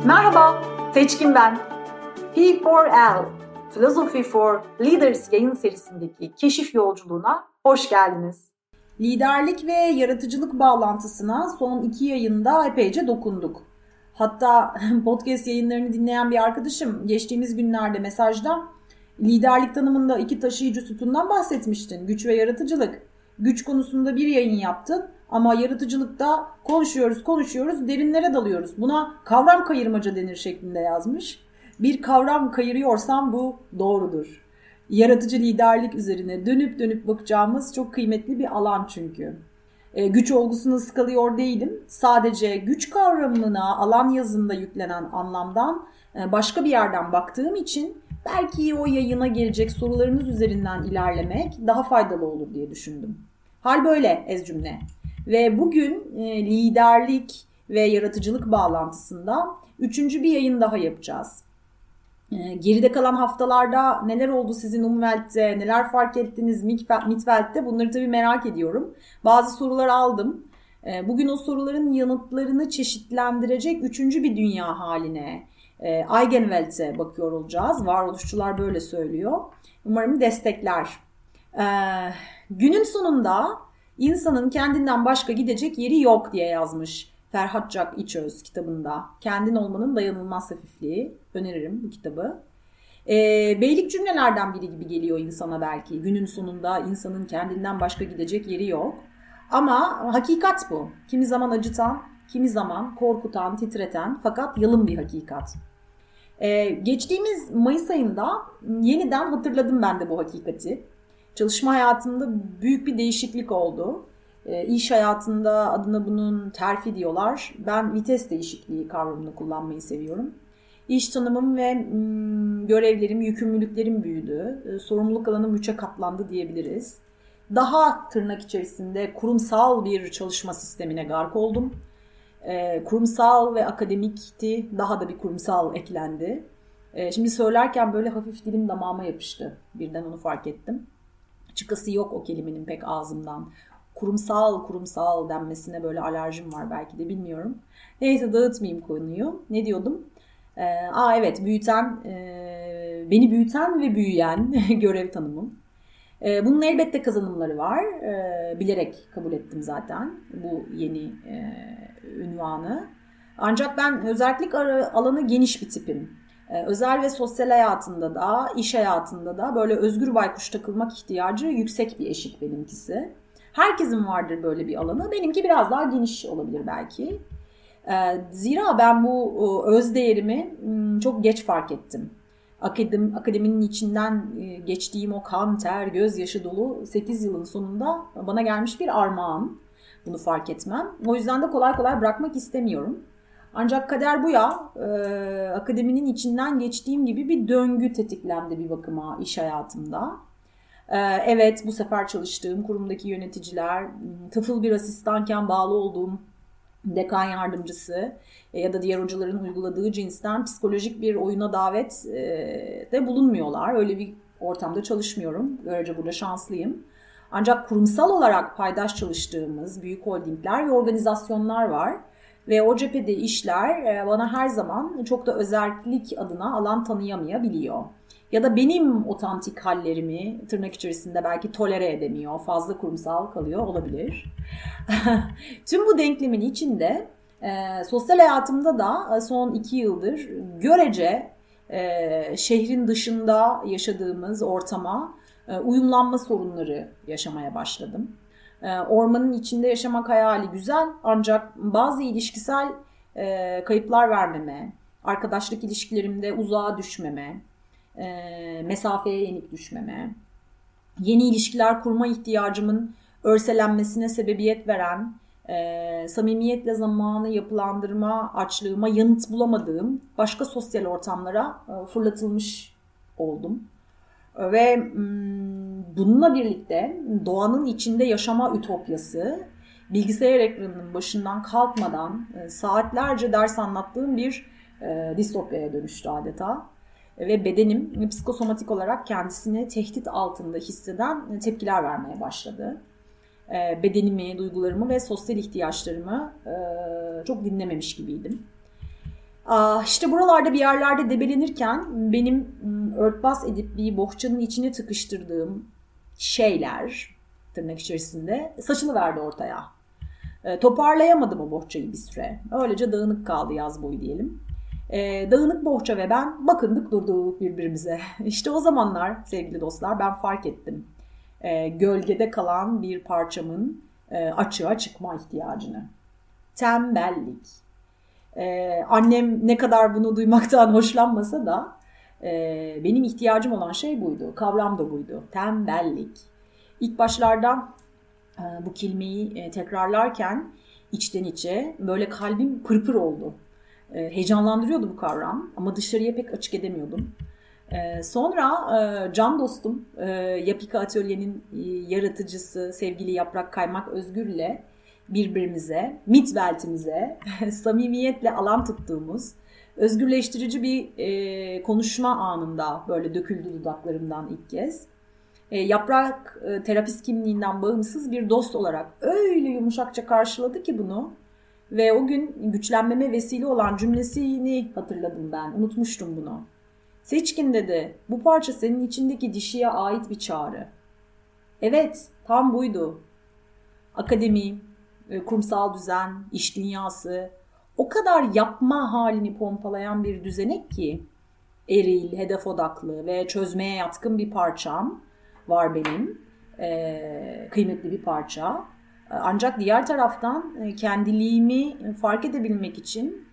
Merhaba, Seçkin ben. P4L, Philosophy for Leaders yayın serisindeki keşif yolculuğuna hoş geldiniz. Liderlik ve yaratıcılık bağlantısına son 2 yayında epeyce dokunduk. Hatta podcast yayınlarını dinleyen bir arkadaşım geçtiğimiz günlerde mesajda liderlik tanımında 2 taşıyıcı sütundan bahsetmiştin. Güç ve yaratıcılık. Güç konusunda bir yayın yaptın ama yaratıcılıkta konuşuyoruz, derinlere dalıyoruz. Buna kavram kayırmaca denir şeklinde yazmış. Bir kavram kayırıyorsam bu doğrudur. Yaratıcı liderlik üzerine dönüp bakacağımız çok kıymetli bir alan çünkü. Güç olgusunu ıskalıyor değilim. Sadece güç kavramına alan yazında yüklenen anlamdan başka bir yerden baktığım için belki o yayına gelecek sorularınız üzerinden ilerlemek daha faydalı olur diye düşündüm. Hal böyle ez cümle. Ve bugün liderlik ve yaratıcılık bağlantısında 3. bir yayın daha yapacağız. Geride kalan haftalarda neler oldu sizin Umwelt'te, neler fark ettiniz Mitwelt'te, bunları tabii merak ediyorum. Bazı sorular aldım. Bugün o soruların yanıtlarını çeşitlendirecek 3. bir dünya haline, Eigenwelt'e bakıyor olacağız. Varoluşçular böyle söylüyor. Umarım destekler. Günün sonunda insanın kendinden başka gidecek yeri yok diye yazmış Ferhat Cak İçöz kitabında. Kendin olmanın dayanılmaz hafifliği. Öneririm bu kitabı. Beylik cümlelerden biri gibi geliyor insana belki. Günün sonunda insanın kendinden başka gidecek yeri yok. Ama hakikat bu. Kimi zaman acıtan, kimi zaman korkutan, titreten fakat yalın bir hakikat. Geçtiğimiz Mayıs ayında yeniden hatırladım ben de bu hakikati. Çalışma hayatımda büyük bir değişiklik oldu. İş hayatında adına bunun terfi diyorlar. Ben vites değişikliği kavramını kullanmayı seviyorum. İş tanımım ve görevlerim, yükümlülüklerim büyüdü. Sorumluluk alanım 3'e katlandı diyebiliriz. Daha tırnak içerisinde kurumsal bir çalışma sistemine gark oldum. Kurumsal ve akademikti. Daha da bir kurumsal eklendi. Şimdi söylerken böyle hafif dilim damağıma yapıştı. Birden onu fark ettim. Çıkası yok o kelimenin pek ağzımdan. Kurumsal denmesine böyle alerjim var belki de bilmiyorum. Neyse dağıtmayayım konuyu. Ne diyordum? Evet beni büyüten ve büyüyen görev tanımım. Bunun elbette kazanımları var. Bilerek kabul ettim zaten bu yeni ünvanı. Ancak ben özellik alanı geniş bir tipim. Özel ve sosyal hayatında da, iş hayatında da böyle özgür baykuş takılmak ihtiyacı yüksek bir eşik benimkisi. Herkesin vardır böyle bir alanı. Benimki biraz daha geniş olabilir belki. Zira ben bu öz değerimi çok geç fark ettim. Akademinin içinden geçtiğim o kan, ter, gözyaşı dolu 8 yılın sonunda bana gelmiş bir armağan. Bunu fark etmem. O yüzden de kolay kolay bırakmak istemiyorum. Ancak kader bu ya, akademinin içinden geçtiğim gibi bir döngü tetiklendi bir bakıma iş hayatımda. Evet, bu sefer çalıştığım kurumdaki yöneticiler, tıfıl bir asistanken bağlı olduğum dekan yardımcısı ya da diğer hocaların uyguladığı cinsten psikolojik bir oyuna davet de bulunmuyorlar. Öyle bir ortamda çalışmıyorum. Böylece burada şanslıyım. Ancak kurumsal olarak paydaş çalıştığımız büyük holdingler ve organizasyonlar var. Ve o cephede işler bana her zaman çok da özellik adına alan tanıyamayabiliyor. Ya da benim otantik hallerimi tırnak içerisinde belki tolere edemiyor, fazla kurumsal kalıyor olabilir. Tüm bu denklemin içinde sosyal hayatımda da son 2 yıldır görece şehrin dışında yaşadığımız ortama uyumlanma sorunları yaşamaya başladım. Ormanın içinde yaşamak hayali güzel ancak bazı ilişkisel kayıplar vermeme, arkadaşlık ilişkilerimde uzağa düşmeme, mesafeye yenik düşmeme, yeni ilişkiler kurma ihtiyacımın örselenmesine sebebiyet veren, samimiyetle zamanı yapılandırma açlığıma yanıt bulamadığım başka sosyal ortamlara fırlatılmış oldum. Ve bununla birlikte doğanın içinde yaşama ütopyası, bilgisayar ekranının başından kalkmadan saatlerce ders anlattığım bir distopyaya dönüştü adeta. Ve bedenim psikosomatik olarak kendisini tehdit altında hisseden tepkiler vermeye başladı. Bedenimi, duygularımı ve sosyal ihtiyaçlarımı çok dinlememiş gibiydim. İşte buralarda bir yerlerde debelenirken benim örtbas edip bir bohçanın içine tıkıştırdığım şeyler, tırnak içerisinde, saçılıverdi ortaya. Toparlayamadım o bohçayı bir süre. Öylece dağınık kaldı yaz boyu diyelim. Dağınık bohça ve ben bakındık durduk birbirimize. İşte o zamanlar sevgili dostlar ben fark ettim. Gölgede kalan bir parçamın açığa çıkma ihtiyacını. Tembellik. Annem ne kadar bunu duymaktan hoşlanmasa da benim ihtiyacım olan şey buydu. Kavram da buydu. Tembellik. İlk başlarda bu kelimeyi tekrarlarken içten içe böyle kalbim pırpır oldu. Heyecanlandırıyordu bu kavram ama dışarıya pek açık edemiyordum. Sonra can dostum Yapika Atölye'nin yaratıcısı sevgili Yaprak Kaymak Özgür'le birbirimize, mitveltimize samimiyetle alan tuttuğumuz özgürleştirici bir konuşma anında böyle döküldü dudaklarımdan ilk kez. Yaprak terapist kimliğinden bağımsız bir dost olarak öyle yumuşakça karşıladı ki bunu ve o gün güçlenmeme vesile olan cümlesini hatırladım ben, unutmuştum bunu. Seçkin dedi, bu parça senin içindeki dişiye ait bir çağrı. Evet, tam buydu. Akademi, kurumsal düzen, iş dünyası o kadar yapma halini pompalayan bir düzenek ki eril, hedef odaklı ve çözmeye yatkın bir parçam var benim. Kıymetli bir parça. Ancak diğer taraftan kendiliğimi fark edebilmek için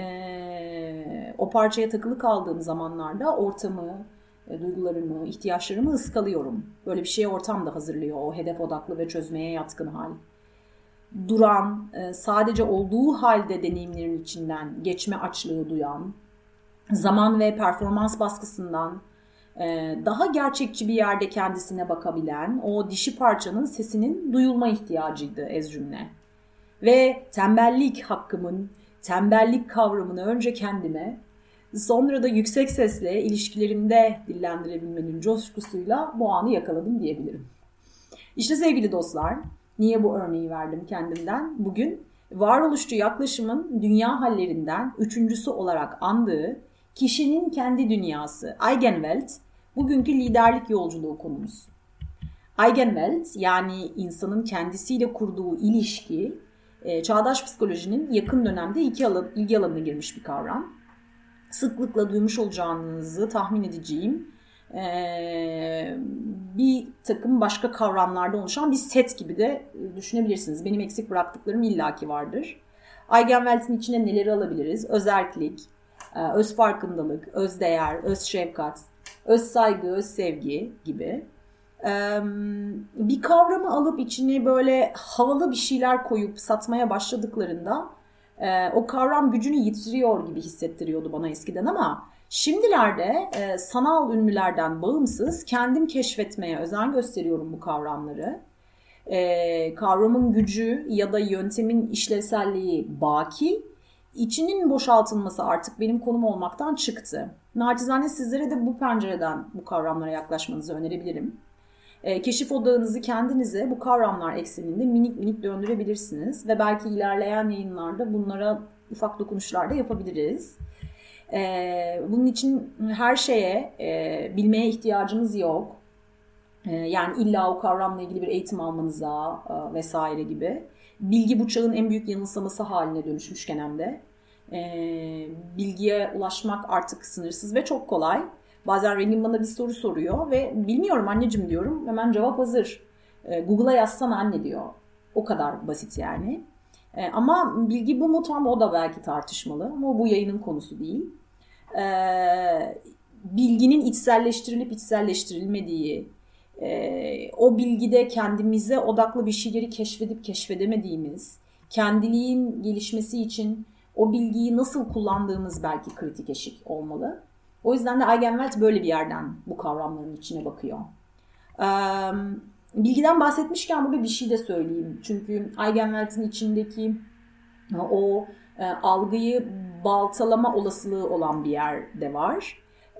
o parçaya takılı kaldığım zamanlarda ortamı, duygularımı, ihtiyaçlarımı ıskalıyorum. Böyle bir şeye ortam da hazırlıyor o hedef odaklı ve çözmeye yatkın hal. Duran, sadece olduğu halde deneyimlerin içinden geçme açlığı duyan, zaman ve performans baskısından daha gerçekçi bir yerde kendisine bakabilen o dişi parçanın sesinin duyulma ihtiyacıydı ez cümle. Ve tembellik hakkımın, tembellik kavramını önce kendime, sonra da yüksek sesle ilişkilerimde dillendirebilmenin coşkusuyla bu anı yakaladım diyebilirim. İşte sevgili dostlar, niye bu örneği verdim kendimden? Bugün varoluşçu yaklaşımın dünya hallerinden üçüncüsü olarak andığı kişinin kendi dünyası, Eigenwelt, bugünkü liderlik yolculuğu konumuz. Eigenwelt yani insanın kendisiyle kurduğu ilişki, çağdaş psikolojinin yakın dönemde ilgi alanına girmiş bir kavram. Sıklıkla duymuş olacağınızı tahmin edeceğim bir takım başka kavramlarda oluşan bir set gibi de düşünebilirsiniz. Benim eksik bıraktıklarım illaki vardır. Eigenwelt'in içine neleri alabiliriz? Özerklik, öz farkındalık, öz değer, öz şefkat, öz saygı, öz sevgi gibi. Bir kavramı alıp içine böyle havalı bir şeyler koyup satmaya başladıklarında o kavram gücünü yitiriyor gibi hissettiriyordu bana eskiden ama şimdilerde sanal ünlülerden bağımsız kendim keşfetmeye özen gösteriyorum bu kavramları. Kavramın gücü ya da yöntemin işlevselliği baki, içinin boşaltılması artık benim konum olmaktan çıktı. Naçizane sizlere de bu pencereden bu kavramlara yaklaşmanızı önerebilirim. Keşif odağınızı kendinize bu kavramlar ekseninde minik minik döndürebilirsiniz ve belki ilerleyen yayınlarda bunlara ufak dokunuşlar da yapabiliriz. Bunun için her şeye bilmeye ihtiyacınız yok. Yani illa o kavramla ilgili bir eğitim almanıza vesaire gibi. Bilgi bu çağın en büyük yanılsaması haline dönüşmüşken hem de. Bilgiye ulaşmak artık sınırsız ve çok kolay. Bazen Rengin bana bir soru soruyor ve bilmiyorum anneciğim diyorum. Hemen cevap hazır. Google'a yazsana anne diyor. O kadar basit yani. Ama bilgi bu mu tam o da belki tartışmalı. Ama bu yayının konusu değil. Bilginin içselleştirilip içselleştirilmediği, o bilgide kendimize odaklı bir şeyleri keşfedip keşfedemediğimiz, kendiliğin gelişmesi için o bilgiyi nasıl kullandığımız belki kritik eşik olmalı. O yüzden de Eigenwelt böyle bir yerden bu kavramların içine bakıyor. Bilgiden bahsetmişken burada bir şey de söyleyeyim. Çünkü Eigenwelt'in içindeki o algıyı baltalama olasılığı olan bir yer de var.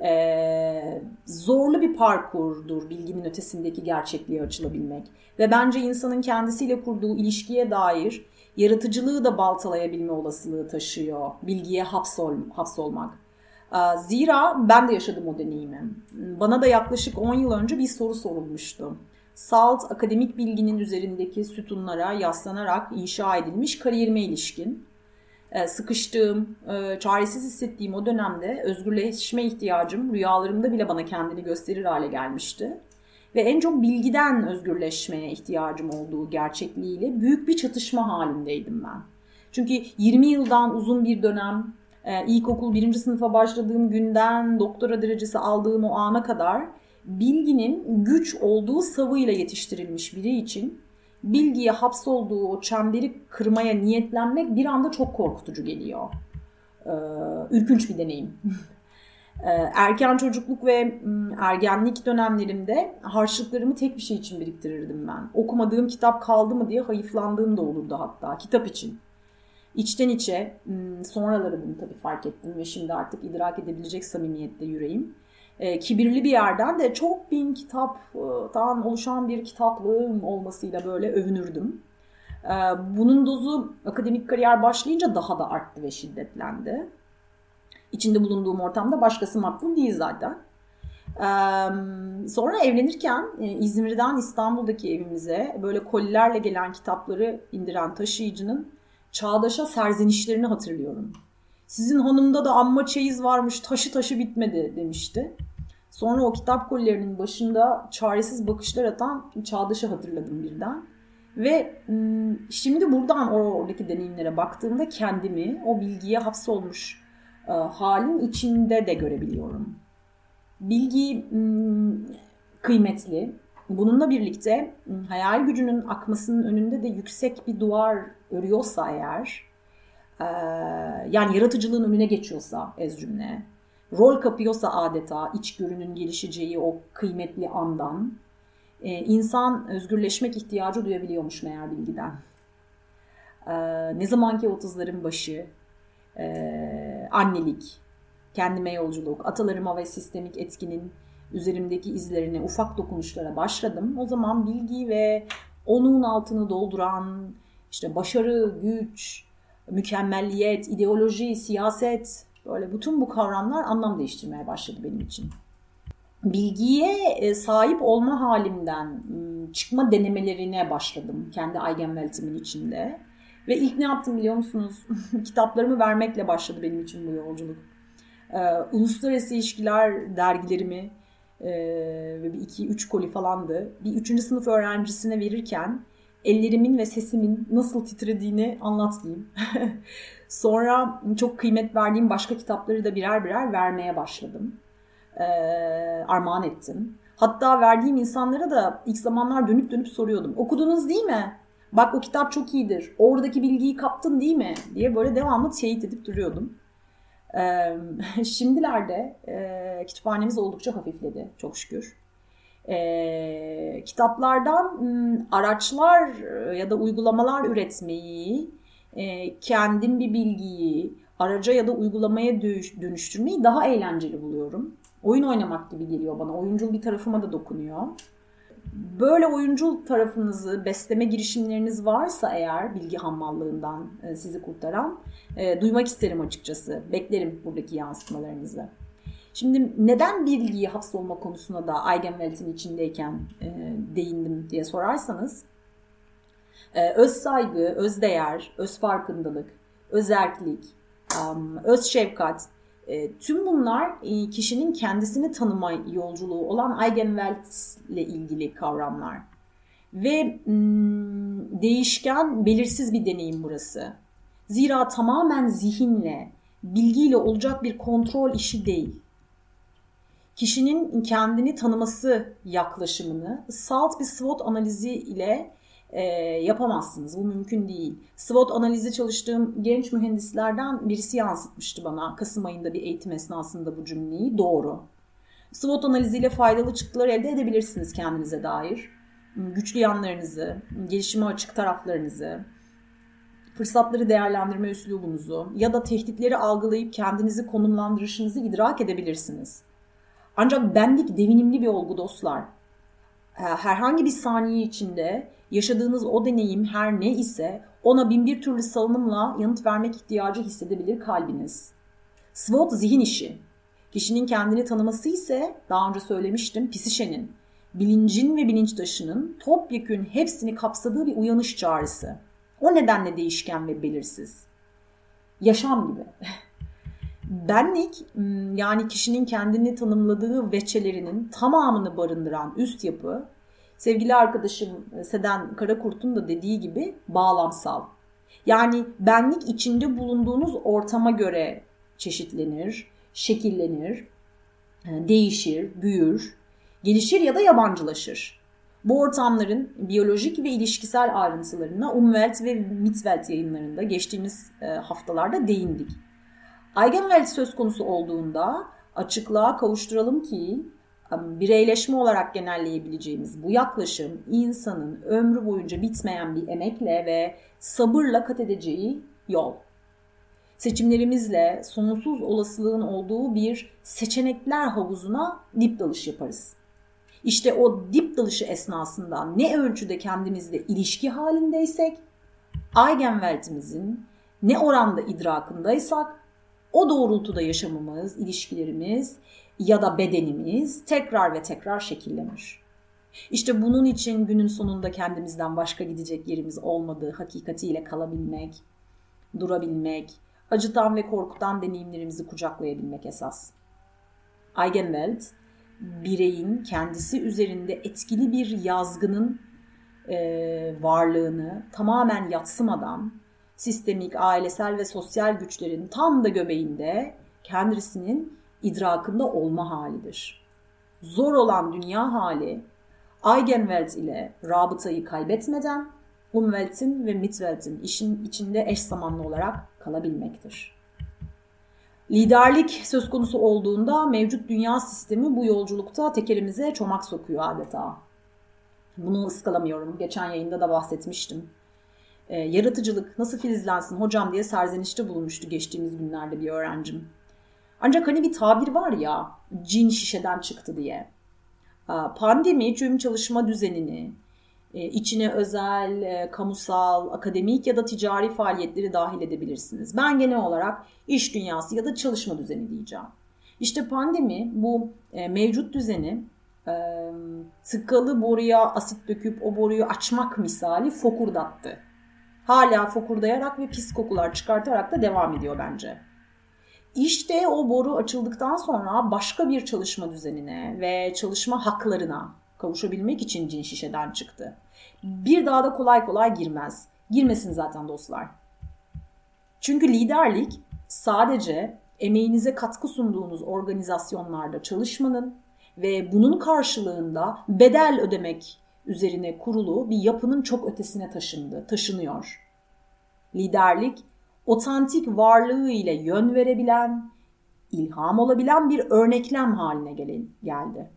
Zorlu bir parkurdur bilginin ötesindeki gerçekliğe açılabilmek. Ve bence insanın kendisiyle kurduğu ilişkiye dair yaratıcılığı da baltalayabilme olasılığı taşıyor bilgiye hapsolmak. Zira ben de yaşadım o deneyimi. Bana da yaklaşık 10 yıl önce bir soru sorulmuştu. Salt akademik bilginin üzerindeki sütunlara yaslanarak inşa edilmiş kariyerime ilişkin. Sıkıştığım, çaresiz hissettiğim o dönemde özgürleşme ihtiyacım rüyalarımda bile bana kendini gösterir hale gelmişti. Ve en çok bilgiden özgürleşmeye ihtiyacım olduğu gerçekliğiyle büyük bir çatışma halindeydim ben. Çünkü 20 yıldan uzun bir dönem, ilkokul 1. sınıfa başladığım günden doktora derecesi aldığım o ana kadar bilginin güç olduğu savıyla yetiştirilmiş biri için bilgiye hapsolduğu o çemberi kırmaya niyetlenmek bir anda çok korkutucu geliyor. Ürkünç bir deneyim. Erken çocukluk ve ergenlik dönemlerimde harçlıklarımı tek bir şey için biriktirirdim ben. Okumadığım kitap kaldı mı diye hayıflandığım da olurdu hatta, kitap için. İçten içe, sonraları bunu tabii fark ettim ve şimdi artık idrak edebilecek samimiyette yüreğim. Kibirli bir yerden de çok bin kitaptan oluşan bir kitaplığım olmasıyla böyle övünürdüm. Bunun dozu akademik kariyer başlayınca daha da arttı ve şiddetlendi. İçinde bulunduğum ortamda başkası makbul değil zaten. Sonra evlenirken İzmir'den İstanbul'daki evimize böyle kolilerle gelen kitapları indiren taşıyıcının Çağdaş'a serzenişlerini hatırlıyorum. Sizin hanımda da amma çeyiz varmış, taşı bitmedi demişti. Sonra o kitap kolilerinin başında çaresiz bakışlar atan Çağdaş'ı hatırladım birden. Ve şimdi buradan oradaki deneyimlere baktığımda kendimi o bilgiye hapsolmuş halin içinde de görebiliyorum. Bilgi kıymetli. Bununla birlikte hayal gücünün akmasının önünde de yüksek bir duvar örüyorsa eğer, yani yaratıcılığın önüne geçiyorsa ez cümle, rol kapıyorsa adeta içgörünün gelişeceği o kıymetli andan, insan özgürleşmek ihtiyacı duyabiliyormuş meğer bilgiden. Ne zamanki 30'ların başı, annelik, kendime yolculuk, atalarıma ve sistemik etkinin üzerimdeki izlerine, ufak dokunuşlara başladım. O zaman bilgi ve onun altını dolduran işte başarı, güç, mükemmelliyet, ideoloji, siyaset, böyle bütün bu kavramlar anlam değiştirmeye başladı benim için. Bilgiye sahip olma halimden çıkma denemelerine başladım kendi Eigenwelt'imin içinde. Ve ilk ne yaptım biliyor musunuz? Kitaplarımı vermekle başladı benim için bu yolculuk. Uluslararası ilişkiler dergilerimi ve bir 2-3 koli falandı. Bir 3. sınıf öğrencisine verirken ellerimin ve sesimin nasıl titrediğini anlatmayayım. Sonra çok kıymet verdiğim başka kitapları da birer birer vermeye başladım. Armağan ettim. Hatta verdiğim insanlara da ilk zamanlar dönüp soruyordum. Okudunuz değil mi? Bak o kitap çok iyidir. Oradaki bilgiyi kaptın değil mi? Diye böyle devamlı teyit edip duruyordum. Şimdilerde kütüphanemiz oldukça hafifledi çok şükür. Kitaplardan araçlar ya da uygulamalar üretmeyi, kendim bir bilgiyi araca ya da uygulamaya dönüştürmeyi daha eğlenceli buluyorum. Oyun oynamak gibi geliyor bana. Oyuncul bir tarafıma da dokunuyor. Böyle oyuncul tarafınızı besleme girişimleriniz varsa eğer bilgi hammallığından sizi kurtaran duymak isterim açıkçası. Beklerim buradaki yansıtmalarınızı. Şimdi neden bilgiye hapsolma konusuna da Eigenwelt'in içindeyken değindim diye sorarsanız öz saygı, öz değer, öz farkındalık, özerklik, öz şefkat, tüm bunlar kişinin kendisini tanıma yolculuğu olan Eigenwelt ile ilgili kavramlar. Ve değişken, belirsiz bir deneyim burası. Zira tamamen zihinle, bilgiyle olacak bir kontrol işi değil. Kişinin kendini tanıması yaklaşımını salt bir SWOT analizi ile yapamazsınız. Bu mümkün değil. SWOT analizi çalıştığım genç mühendislerden birisi yansıtmıştı bana Kasım ayında bir eğitim esnasında bu cümleyi. Doğru. SWOT analiziyle faydalı çıktılar elde edebilirsiniz kendinize dair. Güçlü yanlarınızı, gelişime açık taraflarınızı, fırsatları değerlendirme üslubunuzu ya da tehditleri algılayıp kendinizi konumlandırışınızı idrak edebilirsiniz. Ancak benlik devinimli bir olgu dostlar. herhangi bir saniye içinde yaşadığınız o deneyim her ne ise ona bin bir türlü salınımla yanıt vermek ihtiyacı hissedebilir kalbiniz. SWOT zihin işi. Kişinin kendini tanıması ise daha önce söylemiştim psişenin, bilincin ve bilinç taşının topyekün hepsini kapsadığı bir uyanış çağrısı. O nedenle değişken ve belirsiz. Yaşam gibi. Benlik yani kişinin kendini tanımladığı veçelerinin tamamını barındıran üst yapı, sevgili arkadaşım Seden Karakurt'un da dediği gibi bağlamsal. Yani benlik içinde bulunduğunuz ortama göre çeşitlenir, şekillenir, değişir, büyür, gelişir ya da yabancılaşır. Bu ortamların biyolojik ve ilişkisel ayrıntılarına Umwelt ve Mitwelt yayınlarında geçtiğimiz haftalarda değindik. Eigenwelt söz konusu olduğunda açıklığa kavuşturalım ki bireyleşme olarak genelleyebileceğimiz bu yaklaşım insanın ömrü boyunca bitmeyen bir emekle ve sabırla kat edeceği yol. Seçimlerimizle sonsuz olasılığın olduğu bir seçenekler havuzuna dip dalış yaparız. İşte o dip dalışı esnasında ne ölçüde kendimizle ilişki halindeysek, Eigenwelt'imizin ne oranda idrakındaysak, o doğrultuda yaşamımız, ilişkilerimiz ya da bedenimiz tekrar ve tekrar şekillenir. İşte bunun için günün sonunda kendimizden başka gidecek yerimiz olmadığı hakikatiyle kalabilmek, durabilmek, acıtan ve korkutan deneyimlerimizi kucaklayabilmek esas. Eigenwelt, bireyin kendisi üzerinde etkili bir yazgının varlığını tamamen yadsımadan, sistemik, ailesel ve sosyal güçlerin tam da göbeğinde kendisinin idrakında olma halidir. Zor olan dünya hali, Eigenwelt ile rabıtayı kaybetmeden Umwelt'in ve Mitwelt'in işin içinde eş zamanlı olarak kalabilmektir. Liderlik söz konusu olduğunda mevcut dünya sistemi bu yolculukta tekerimize çomak sokuyor adeta. Bunu ıskalamıyorum. Geçen yayında da bahsetmiştim. Yaratıcılık nasıl filizlensin hocam diye serzenişte bulunmuştu geçtiğimiz günlerde bir öğrencim. Ancak hani bir tabir var ya, cin şişeden çıktı diye. Pandemi tüm çalışma düzenini, içine özel, kamusal, akademik ya da ticari faaliyetleri dahil edebilirsiniz. Ben genel olarak iş dünyası ya da çalışma düzeni diyeceğim. İşte pandemi bu mevcut düzeni tıkalı boruya asit döküp o boruyu açmak misali fokurdattı. Hala fokurdayarak ve pis kokular çıkartarak da devam ediyor bence. İşte o boru açıldıktan sonra başka bir çalışma düzenine ve çalışma haklarına kavuşabilmek için cin şişeden çıktı. Bir daha da kolay kolay girmez. Girmesin zaten dostlar. Çünkü liderlik sadece emeğinize katkı sunduğunuz organizasyonlarda çalışmanın ve bunun karşılığında bedel ödemek üzerine kurulu bir yapının çok ötesine taşınıyor. Liderlik, otantik varlığı ile yön verebilen, ilham olabilen bir örneklem haline geldi.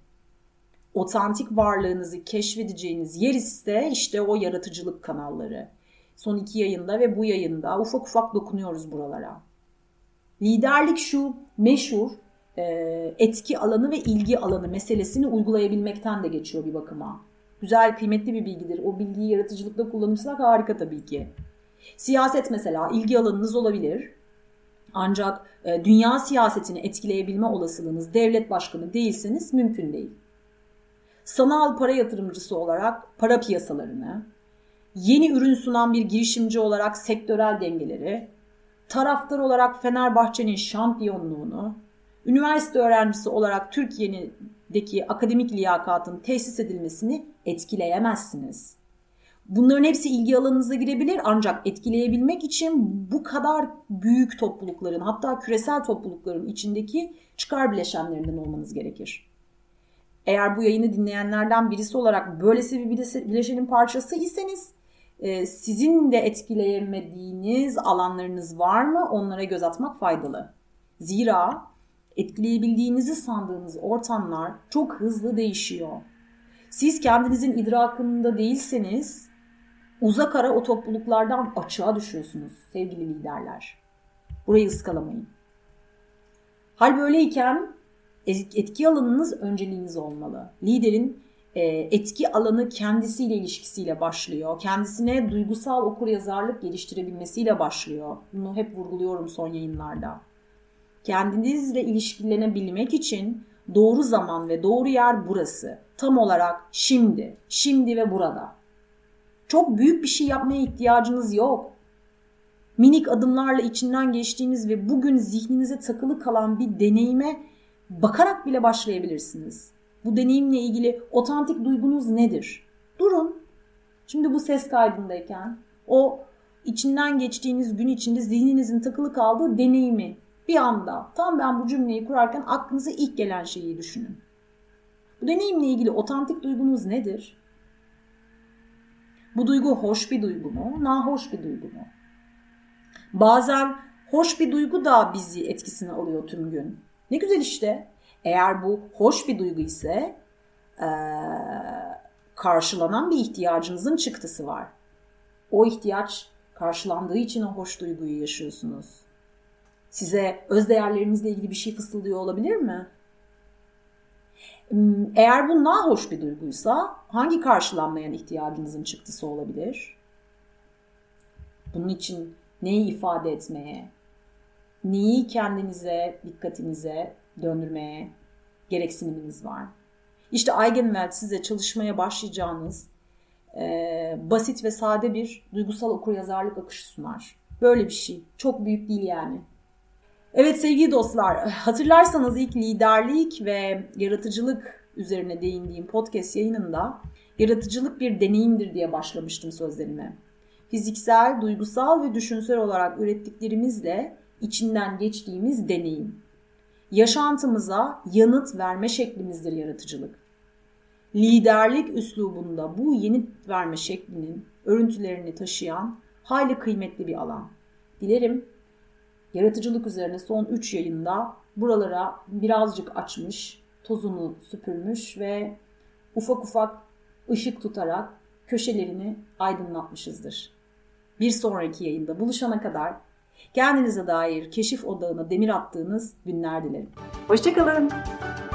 Otantik varlığınızı keşfedeceğiniz yer ise işte o yaratıcılık kanalları. Son 2 yayında ve bu yayında ufak ufak dokunuyoruz buralara. Liderlik şu meşhur etki alanı ve ilgi alanı meselesini uygulayabilmekten de geçiyor bir bakıma. Güzel, kıymetli bir bilgidir. O bilgiyi yaratıcılıkta kullanırsak harika tabii ki. Siyaset mesela ilgi alanınız olabilir. Ancak dünya siyasetini etkileyebilme olasılığınız devlet başkanı değilseniz mümkün değil. Sanal para yatırımcısı olarak para piyasalarını, yeni ürün sunan bir girişimci olarak sektörel dengeleri, taraftar olarak Fenerbahçe'nin şampiyonluğunu, üniversite öğrencisi olarak Türkiye'deki akademik liyakatın tesis edilmesini etkileyemezsiniz. Bunların hepsi ilgi alanınıza girebilir ancak etkileyebilmek için bu kadar büyük toplulukların, hatta küresel toplulukların içindeki çıkar bileşenlerinden olmanız gerekir. Eğer bu yayını dinleyenlerden birisi olarak böylesi bir bileşenin parçası iseniz sizin de etkileyemediğiniz alanlarınız var mı? Onlara göz atmak faydalı. Zira etkileyebildiğinizi sandığınız ortamlar çok hızlı değişiyor. Siz kendinizin idrakında değilseniz uzak ara o topluluklardan açığa düşüyorsunuz sevgili liderler. Burayı ıskalamayın. Hal böyleyken etki alanınız önceliğiniz olmalı. Liderin etki alanı kendisiyle ilişkisiyle başlıyor. Kendisine duygusal okuryazarlık geliştirebilmesiyle başlıyor. Bunu hep vurguluyorum son yayınlarda. Kendinizle ilişkilenebilmek için doğru zaman ve doğru yer burası. Tam olarak şimdi, şimdi ve burada. Çok büyük bir şey yapmaya ihtiyacınız yok. Minik adımlarla içinden geçtiğiniz ve bugün zihninize takılı kalan bir deneyime bakarak bile başlayabilirsiniz. Bu deneyimle ilgili otantik duygunuz nedir? Durun. Şimdi bu ses kaydındayken o içinden geçtiğiniz gün içinde zihninizin takılı kaldığı deneyimi bir anda tam ben bu cümleyi kurarken aklınıza ilk gelen şeyi düşünün. Bu deneyimle ilgili otantik duygunuz nedir? Bu duygu hoş bir duygu mu? Nahoş bir duygu mu? Bazen hoş bir duygu da bizi etkisine alıyor tüm gün. Ne güzel işte. Eğer bu hoş bir duygu ise karşılanan bir ihtiyacınızın çıktısı var. O ihtiyaç karşılandığı için o hoş duyguyu yaşıyorsunuz. Size öz değerlerinizle ilgili bir şey fısıldıyor olabilir mi? Eğer bu nahoş bir duyguysa hangi karşılanmayan ihtiyacınızın çıktısı olabilir? Bunun için neyi ifade etmeye, neyi kendinize, dikkatinize döndürmeye gereksiniminiz var? İşte Eigenwelt size çalışmaya başlayacağınız basit ve sade bir duygusal okuryazarlık akışı sunar. Böyle bir şey. Çok büyük değil yani. Evet sevgili dostlar, hatırlarsanız ilk liderlik ve yaratıcılık üzerine değindiğim podcast yayınında yaratıcılık bir deneyimdir diye başlamıştım sözlerime. Fiziksel, duygusal ve düşünsel olarak ürettiklerimizle içinden geçtiğimiz deneyim. Yaşantımıza yanıt verme şeklimizdir yaratıcılık. Liderlik üslubunda bu yanıt verme şeklinin örüntülerini taşıyan hayli kıymetli bir alan. Dilerim yaratıcılık üzerine son 3 yayında buralara birazcık açmış, tozunu süpürmüş ve ufak ufak ışık tutarak köşelerini aydınlatmışızdır. Bir sonraki yayında buluşana kadar kendinize dair keşif odağına demir attığınız günler dilerim. Hoşça kalın.